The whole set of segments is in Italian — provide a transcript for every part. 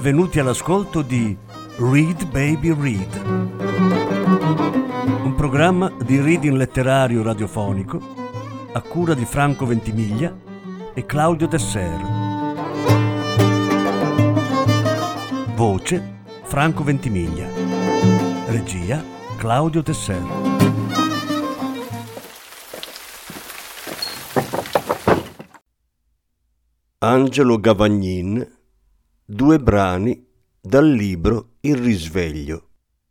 benvenuti all'ascolto di Read Baby Read, un programma di reading letterario radiofonico a cura di Franco Ventimiglia e Claudio Desser. Voce Franco Ventimiglia. Regia Claudio Desser. Angelo Gavagnin, 2 brani dal libro Il risveglio.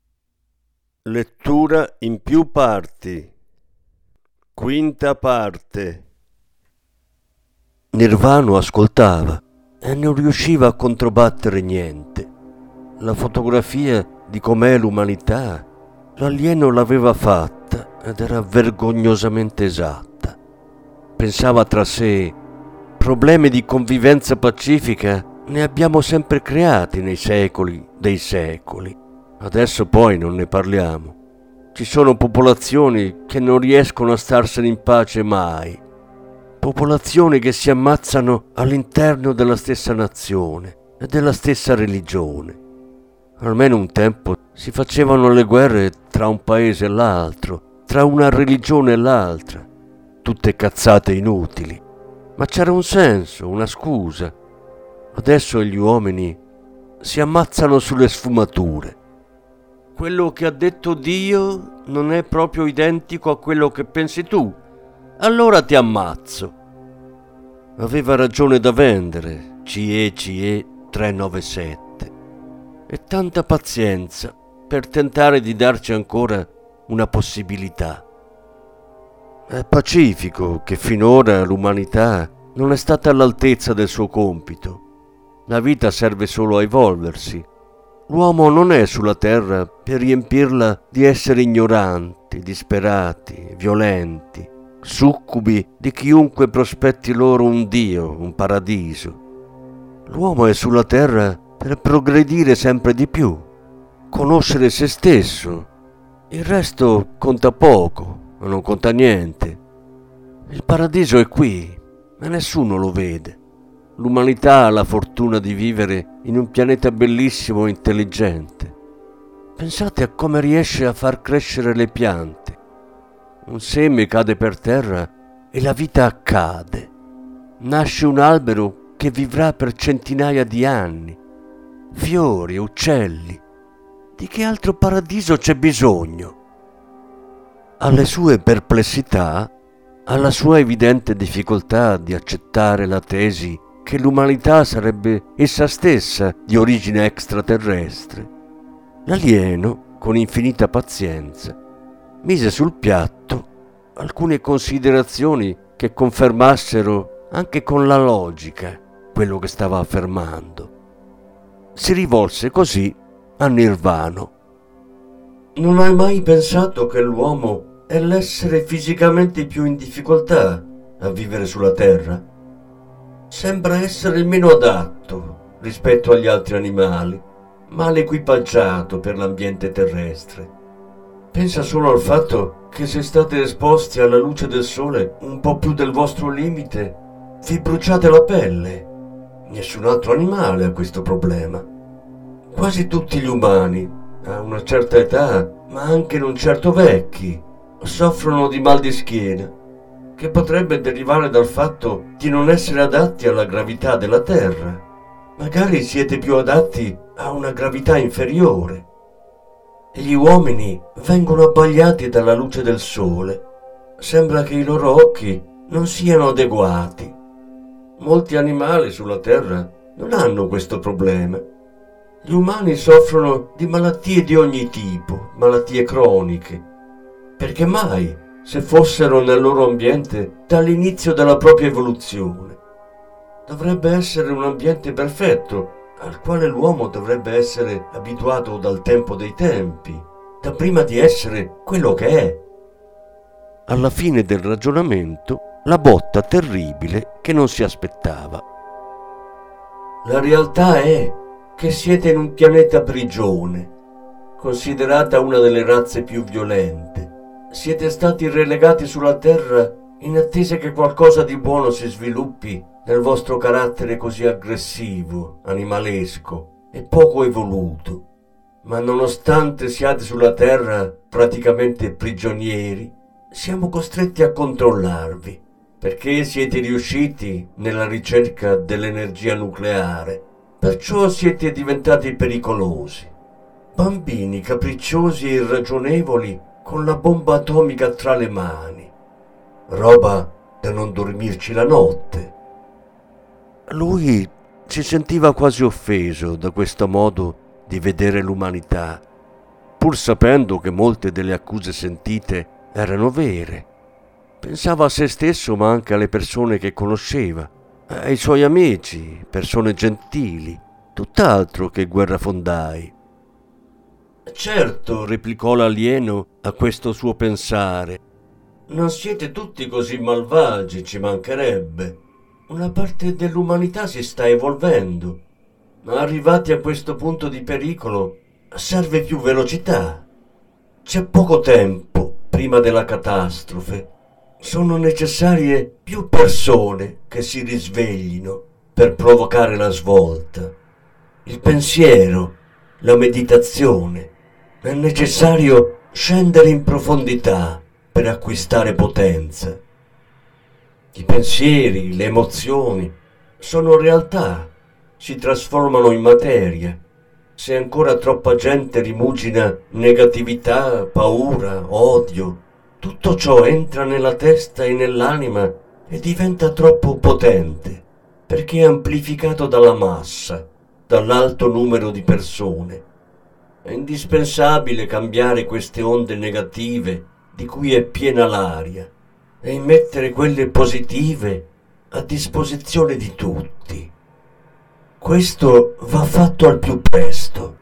Lettura in più parti. Quinta parte. Nirvano ascoltava e non riusciva a controbattere niente. La fotografia di com'è l'umanità, l'alieno l'aveva fatta ed era vergognosamente esatta. Pensava tra sé: problemi di convivenza pacifica ne abbiamo sempre creati nei secoli dei secoli. Adesso poi non ne parliamo. Ci sono popolazioni che non riescono a starsene in pace mai. Popolazioni che si ammazzano all'interno della stessa nazione e della stessa religione. Almeno un tempo si facevano le guerre tra un paese e l'altro, tra una religione e l'altra. Tutte cazzate inutili. Ma c'era un senso, una scusa. Adesso gli uomini si ammazzano sulle sfumature. Quello che ha detto Dio non è proprio identico a quello che pensi tu. Allora ti ammazzo. Aveva ragione da vendere, CE 397. E tanta pazienza per tentare di darci ancora una possibilità. È pacifico che finora l'umanità non è stata all'altezza del suo compito. La vita serve solo a evolversi. L'uomo non è sulla terra per riempirla di esseri ignoranti, disperati, violenti, succubi di chiunque prospetti loro un Dio, un paradiso. L'uomo è sulla terra per progredire sempre di più, conoscere se stesso. Il resto conta poco, o non conta niente. Il paradiso è qui, ma nessuno lo vede. L'umanità ha la fortuna di vivere in un pianeta bellissimo e intelligente. Pensate a come riesce a far crescere le piante. Un seme cade per terra e la vita accade. Nasce un albero che vivrà per centinaia di anni. Fiori, uccelli. Di che altro paradiso c'è bisogno? Alle sue perplessità, alla sua evidente difficoltà di accettare la tesi che l'umanità sarebbe essa stessa di origine extraterrestre, l'alieno, con infinita pazienza, mise sul piatto alcune considerazioni che confermassero anche con la logica quello che stava affermando. Si rivolse così a Nirvano. Non hai mai pensato che l'uomo è l'essere fisicamente più in difficoltà a vivere sulla Terra? Sembra essere il meno adatto rispetto agli altri animali, male equipaggiato per l'ambiente terrestre. Pensa solo al fatto che se state esposti alla luce del sole un po' più del vostro limite, vi bruciate la pelle. Nessun altro animale ha questo problema. Quasi tutti gli umani, a una certa età, ma anche non certo vecchi, soffrono di mal di schiena, che potrebbe derivare dal fatto di non essere adatti alla gravità della Terra. Magari siete più adatti a una gravità inferiore. Gli uomini vengono abbagliati dalla luce del sole. Sembra che i loro occhi non siano adeguati. Molti animali sulla Terra non hanno questo problema. Gli umani soffrono di malattie di ogni tipo, malattie croniche. Perché mai, se fossero nel loro ambiente dall'inizio della propria evoluzione? Dovrebbe essere un ambiente perfetto, al quale l'uomo dovrebbe essere abituato dal tempo dei tempi, da prima di essere quello che è. Alla fine del ragionamento, la botta terribile che non si aspettava. La realtà è che siete in un pianeta prigione, considerata una delle razze più violente. Siete stati relegati sulla Terra in attesa che qualcosa di buono si sviluppi nel vostro carattere così aggressivo, animalesco e poco evoluto, ma nonostante siate sulla Terra praticamente prigionieri, siamo costretti a controllarvi, perché siete riusciti nella ricerca dell'energia nucleare, perciò siete diventati pericolosi. Bambini capricciosi e irragionevoli con la bomba atomica tra le mani. Roba da non dormirci la notte. Lui si sentiva quasi offeso da questo modo di vedere l'umanità, pur sapendo che molte delle accuse sentite erano vere. Pensava a se stesso, ma anche alle persone che conosceva, ai suoi amici, persone gentili, tutt'altro che guerrafondai. Certo, replicò l'alieno a questo suo pensare. Non siete tutti così malvagi, ci mancherebbe. Una parte dell'umanità si sta evolvendo, ma arrivati a questo punto di pericolo serve più velocità. C'è poco tempo prima della catastrofe. Sono necessarie più persone che si risveglino per provocare la svolta. Il pensiero, la meditazione. È necessario scendere in profondità per acquistare potenza. I pensieri, le emozioni sono realtà, si trasformano in materia. Se ancora troppa gente rimugina negatività, paura, odio, tutto ciò entra nella testa e nell'anima e diventa troppo potente, perché è amplificato dalla massa, dall'alto numero di persone. È indispensabile cambiare queste onde negative di cui è piena l'aria e immettere quelle positive a disposizione di tutti. Questo va fatto al più presto.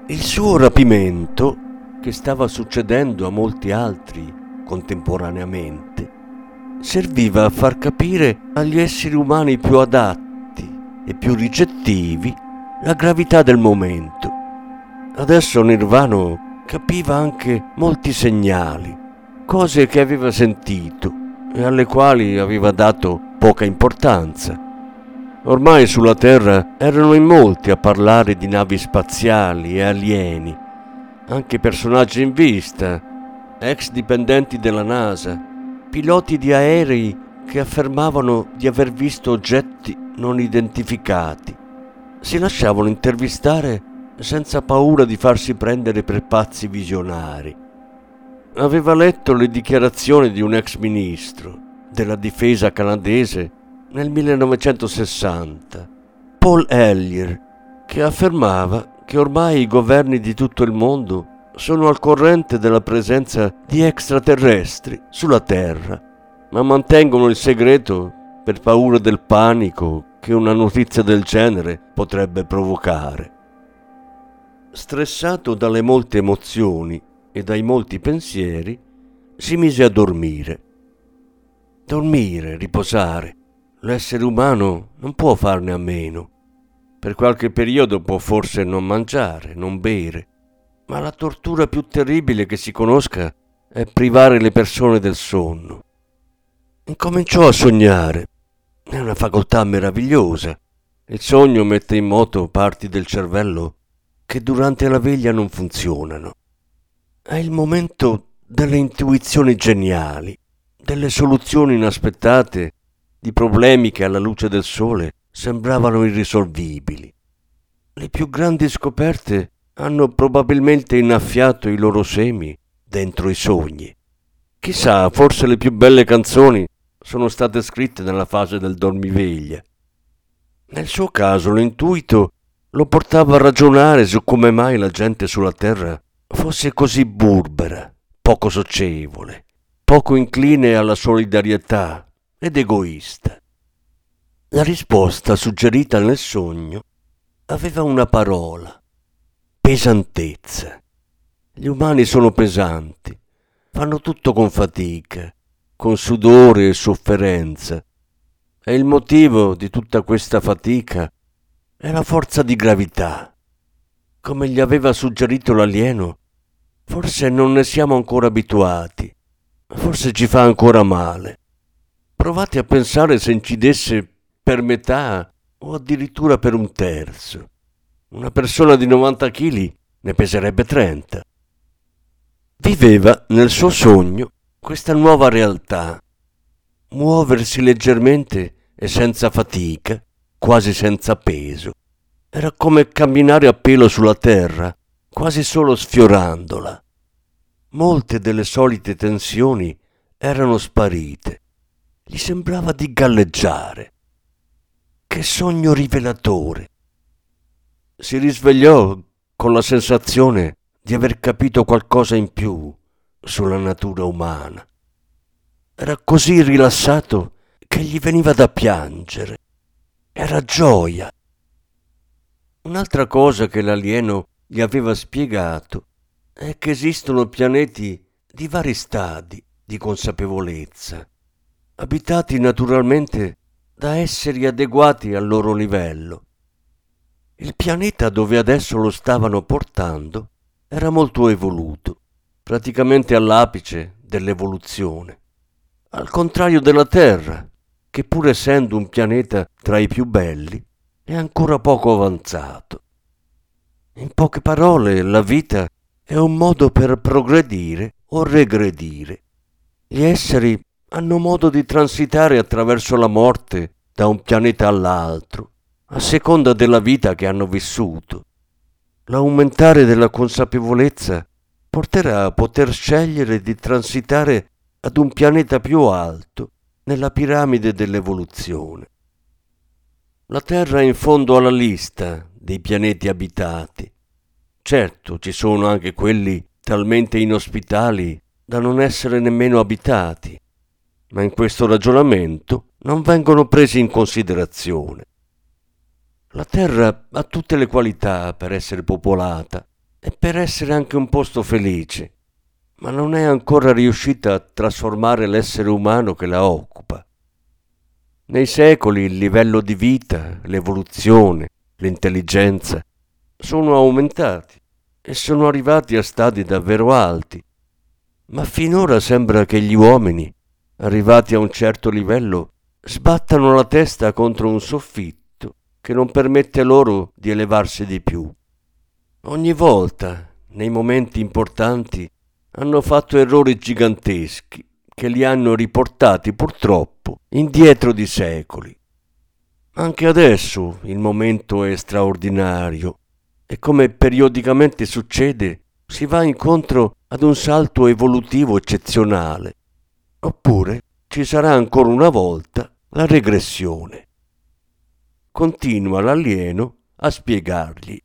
Il suo rapimento, che stava succedendo a molti altri contemporaneamente, serviva a far capire agli esseri umani più adatti e più ricettivi la gravità del momento. Adesso Nirvano capiva anche molti segnali, cose che aveva sentito e alle quali aveva dato poca importanza. Ormai sulla Terra erano in molti a parlare di navi spaziali e alieni, anche personaggi in vista, ex dipendenti della NASA, piloti di aerei che affermavano di aver visto oggetti non identificati. Si lasciavano intervistare senza paura di farsi prendere per pazzi visionari. Aveva letto le dichiarazioni di un ex ministro della difesa canadese nel 1960, Paul Hellyer, che affermava che ormai i governi di tutto il mondo sono al corrente della presenza di extraterrestri sulla Terra, ma mantengono il segreto per paura del panico che una notizia del genere potrebbe provocare. Stressato dalle molte emozioni e dai molti pensieri, si mise a dormire. Dormire, riposare. L'essere umano non può farne a meno. Per qualche periodo può forse non mangiare, non bere, ma la tortura più terribile che si conosca è privare le persone del sonno. Incominciò a sognare. È una facoltà meravigliosa. Il sogno mette in moto parti del cervello che durante la veglia non funzionano. È il momento delle intuizioni geniali, delle soluzioni inaspettate di problemi che alla luce del sole sembravano irrisolvibili. Le più grandi scoperte hanno probabilmente innaffiato i loro semi dentro i sogni. Chissà, forse le più belle canzoni sono state scritte nella fase del dormiveglia. Nel suo caso l'intuito lo portava a ragionare su come mai la gente sulla Terra fosse così burbera, poco socievole, poco incline alla solidarietà ed egoista. La risposta suggerita nel sogno aveva una parola: pesantezza. Gli umani sono pesanti, fanno tutto con fatica, con sudore e sofferenza, e il motivo di tutta questa fatica è la forza di gravità. Come gli aveva suggerito l'alieno, forse non ne siamo ancora abituati, forse ci fa ancora male. Provate a pensare se incidesse per metà o addirittura per un terzo. Una persona di 90 kg ne peserebbe 30. Viveva nel suo sogno questa nuova realtà. Muoversi leggermente e senza fatica, quasi senza peso. Era come camminare a pelo sulla terra, quasi solo sfiorandola. Molte delle solite tensioni erano sparite. Gli sembrava di galleggiare. Che sogno rivelatore! Si risvegliò con la sensazione di aver capito qualcosa in più sulla natura umana. Era così rilassato che gli veniva da piangere. Era gioia. Un'altra cosa che l'alieno gli aveva spiegato è che esistono pianeti di vari stadi di consapevolezza, abitati naturalmente da esseri adeguati al loro livello. Il pianeta dove adesso lo stavano portando era molto evoluto, praticamente all'apice dell'evoluzione, al contrario della Terra, che pur essendo un pianeta tra i più belli, è ancora poco avanzato. In poche parole, la vita è un modo per progredire o regredire. Gli esseri hanno modo di transitare attraverso la morte da un pianeta all'altro, a seconda della vita che hanno vissuto. L'aumentare della consapevolezza porterà a poter scegliere di transitare ad un pianeta più alto nella piramide dell'evoluzione. La Terra è in fondo alla lista dei pianeti abitati. Certo, ci sono anche quelli talmente inospitali da non essere nemmeno abitati, ma in questo ragionamento non vengono presi in considerazione. La Terra ha tutte le qualità per essere popolata, e per essere anche un posto felice, ma non è ancora riuscita a trasformare l'essere umano che la occupa. Nei secoli il livello di vita, l'evoluzione, l'intelligenza sono aumentati e sono arrivati a stadi davvero alti, ma finora sembra che gli uomini, arrivati a un certo livello, sbattano la testa contro un soffitto che non permette loro di elevarsi di più. Ogni volta, nei momenti importanti, hanno fatto errori giganteschi che li hanno riportati purtroppo indietro di secoli. Anche adesso il momento è straordinario e, come periodicamente succede, si va incontro ad un salto evolutivo eccezionale. Oppure ci sarà ancora una volta la regressione. Continua l'alieno a spiegargli.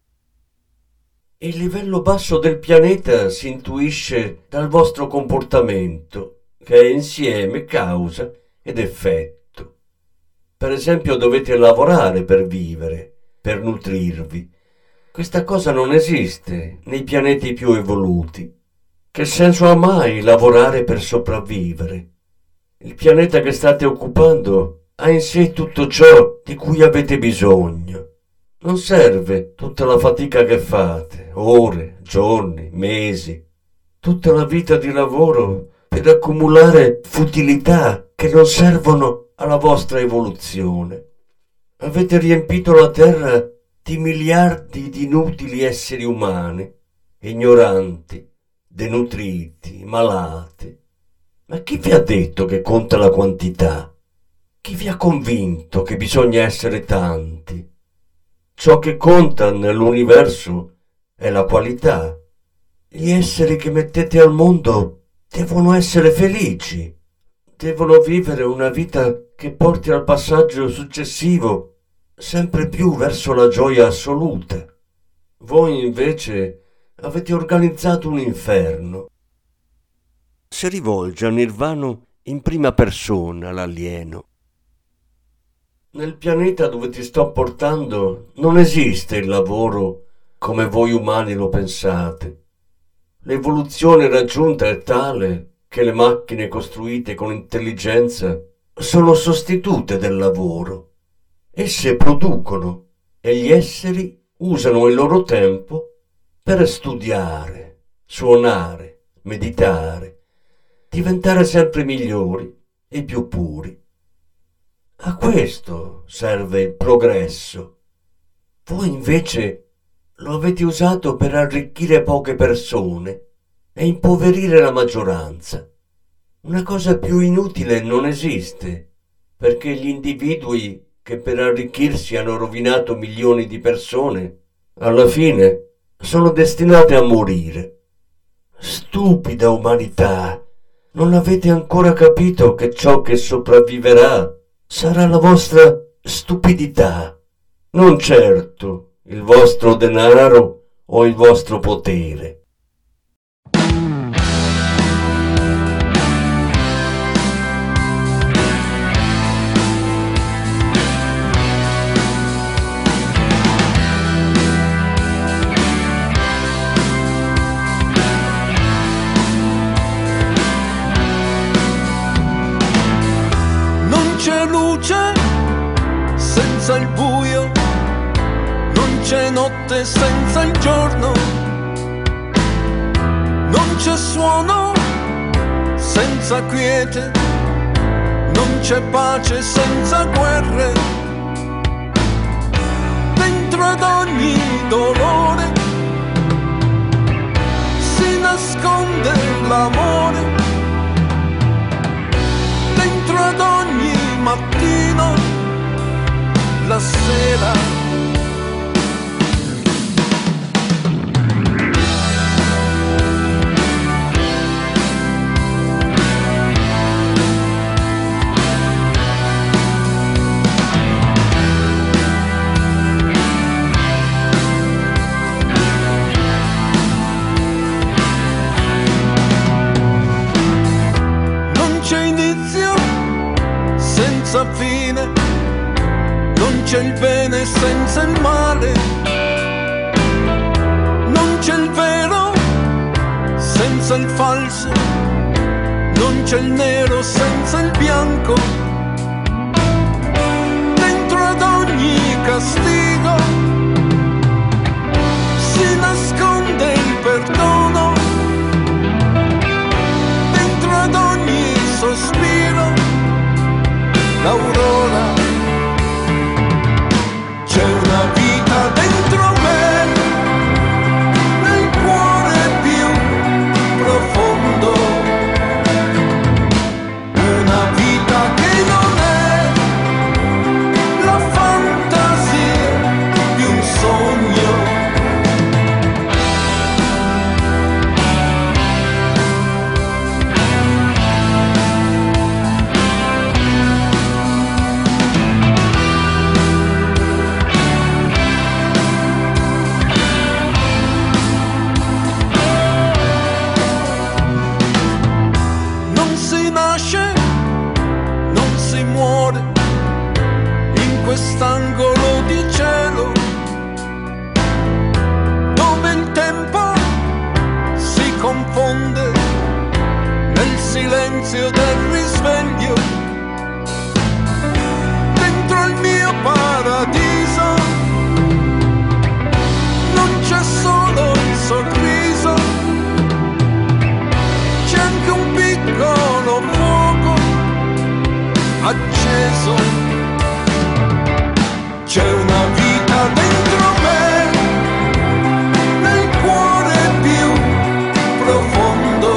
Il livello basso del pianeta si intuisce dal vostro comportamento, che è insieme causa ed effetto. Per esempio, dovete lavorare per vivere, per nutrirvi. Questa cosa non esiste nei pianeti più evoluti. Che senso ha mai lavorare per sopravvivere? Il pianeta che state occupando ha in sé tutto ciò di cui avete bisogno. Non serve tutta la fatica che fate, ore, giorni, mesi, tutta la vita di lavoro per accumulare futilità che non servono alla vostra evoluzione. Avete riempito la terra di miliardi di inutili esseri umani, ignoranti, denutriti, malati. Ma chi vi ha detto che conta la quantità? Chi vi ha convinto che bisogna essere tanti? Ciò che conta nell'universo è la qualità. Gli esseri che mettete al mondo devono essere felici, devono vivere una vita che porti al passaggio successivo sempre più verso la gioia assoluta. Voi invece avete organizzato un inferno. Si rivolge a Nirvana in prima persona l'alieno. Nel pianeta dove ti sto portando non esiste il lavoro come voi umani lo pensate. L'evoluzione raggiunta è tale che le macchine costruite con intelligenza sono sostitute del lavoro. Esse producono e gli esseri usano il loro tempo per studiare, suonare, meditare, diventare sempre migliori e più puri. A questo serve il progresso. Voi invece lo avete usato per arricchire poche persone e impoverire la maggioranza. Una cosa più inutile non esiste, perché gli individui che per arricchirsi hanno rovinato milioni di persone, alla fine sono destinate a morire. Stupida umanità, non avete ancora capito che ciò che sopravviverà sarà la vostra stupidità, non certo il vostro denaro o il vostro potere. Senza il buio, non c'è notte senza il giorno, non c'è suono senza quiete, non c'è pace senza guerre. Dentro ad ogni dolore si nasconde l'amore, dentro ad ogni mattino la sera. Non c'è inizio senza fine, non c'è il bene senza il male, non c'è il vero senza il falso, non c'è il nero senza il bianco. Dentro ad ogni castigo si nasconde il perdono. Dentro ad ogni sospiro l'aurora. C'è una vita dentro me, nel cuore più profondo, una vita che non è la fantasia di un sogno. Quest'angolo di cielo dove il tempo si confonde nel silenzio del risveglio. Dentro il mio paradiso non c'è solo il sorriso, c'è anche un piccolo fuoco acceso. C'è una vita dentro me, nel cuore più profondo,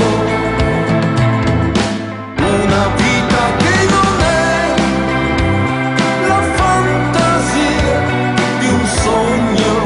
una vita che non è la fantasia di un sogno.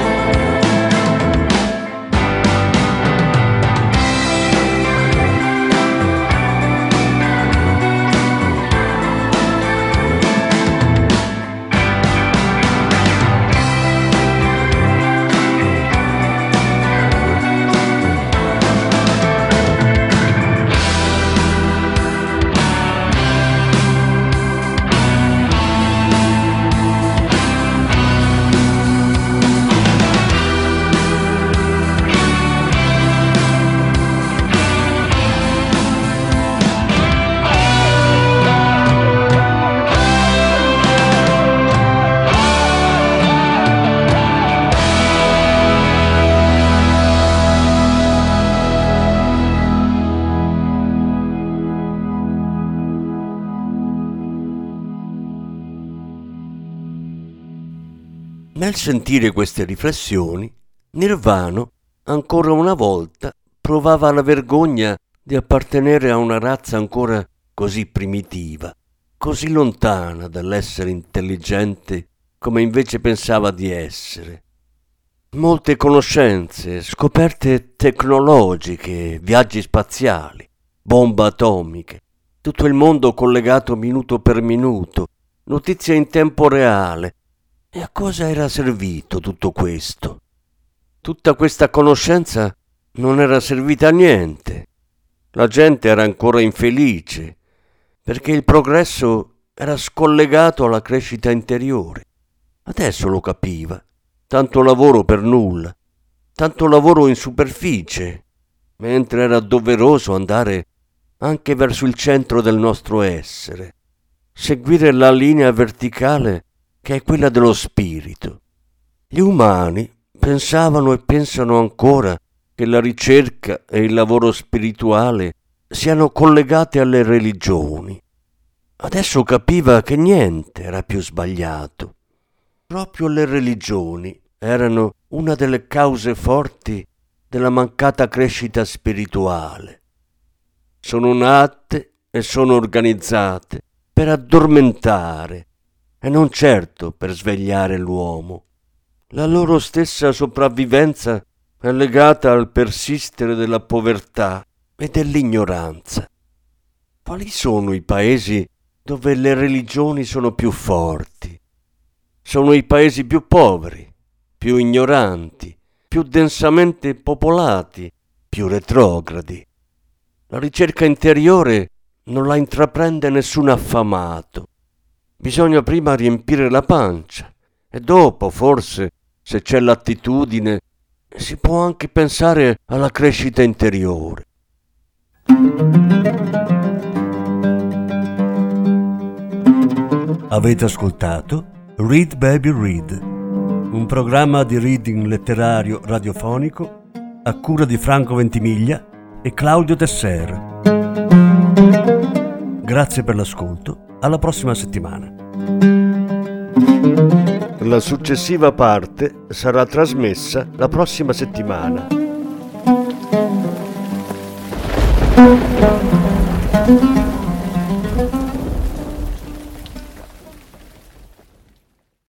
Nel sentire queste riflessioni, Nirvano ancora una volta provava la vergogna di appartenere a una razza ancora così primitiva, così lontana dall'essere intelligente come invece pensava di essere. Molte conoscenze, scoperte tecnologiche, viaggi spaziali, bombe atomiche, tutto il mondo collegato minuto per minuto, notizie in tempo reale. E a cosa era servito tutto questo? Tutta questa conoscenza non era servita a niente. La gente era ancora infelice, perché il progresso era scollegato alla crescita interiore. Adesso lo capiva. Tanto lavoro per nulla, tanto lavoro in superficie, mentre era doveroso andare anche verso il centro del nostro essere, seguire la linea verticale che è quella dello spirito. Gli umani pensavano e pensano ancora che la ricerca e il lavoro spirituale siano collegati alle religioni. Adesso capiva che niente era più sbagliato. Proprio le religioni erano una delle cause forti della mancata crescita spirituale. Sono nate e sono organizzate per addormentare e non certo per svegliare l'uomo. La loro stessa sopravvivenza è legata al persistere della povertà e dell'ignoranza. Quali sono i paesi dove le religioni sono più forti? Sono i paesi più poveri, più ignoranti, più densamente popolati, più retrogradi. La ricerca interiore non la intraprende nessun affamato. Bisogna prima riempire la pancia e dopo, forse, se c'è l'attitudine, si può anche pensare alla crescita interiore. Avete ascoltato Read Baby Read, un programma di reading letterario radiofonico a cura di Franco Ventimiglia e Claudio Tesser. Grazie per l'ascolto, alla prossima settimana. La successiva parte sarà trasmessa la prossima settimana.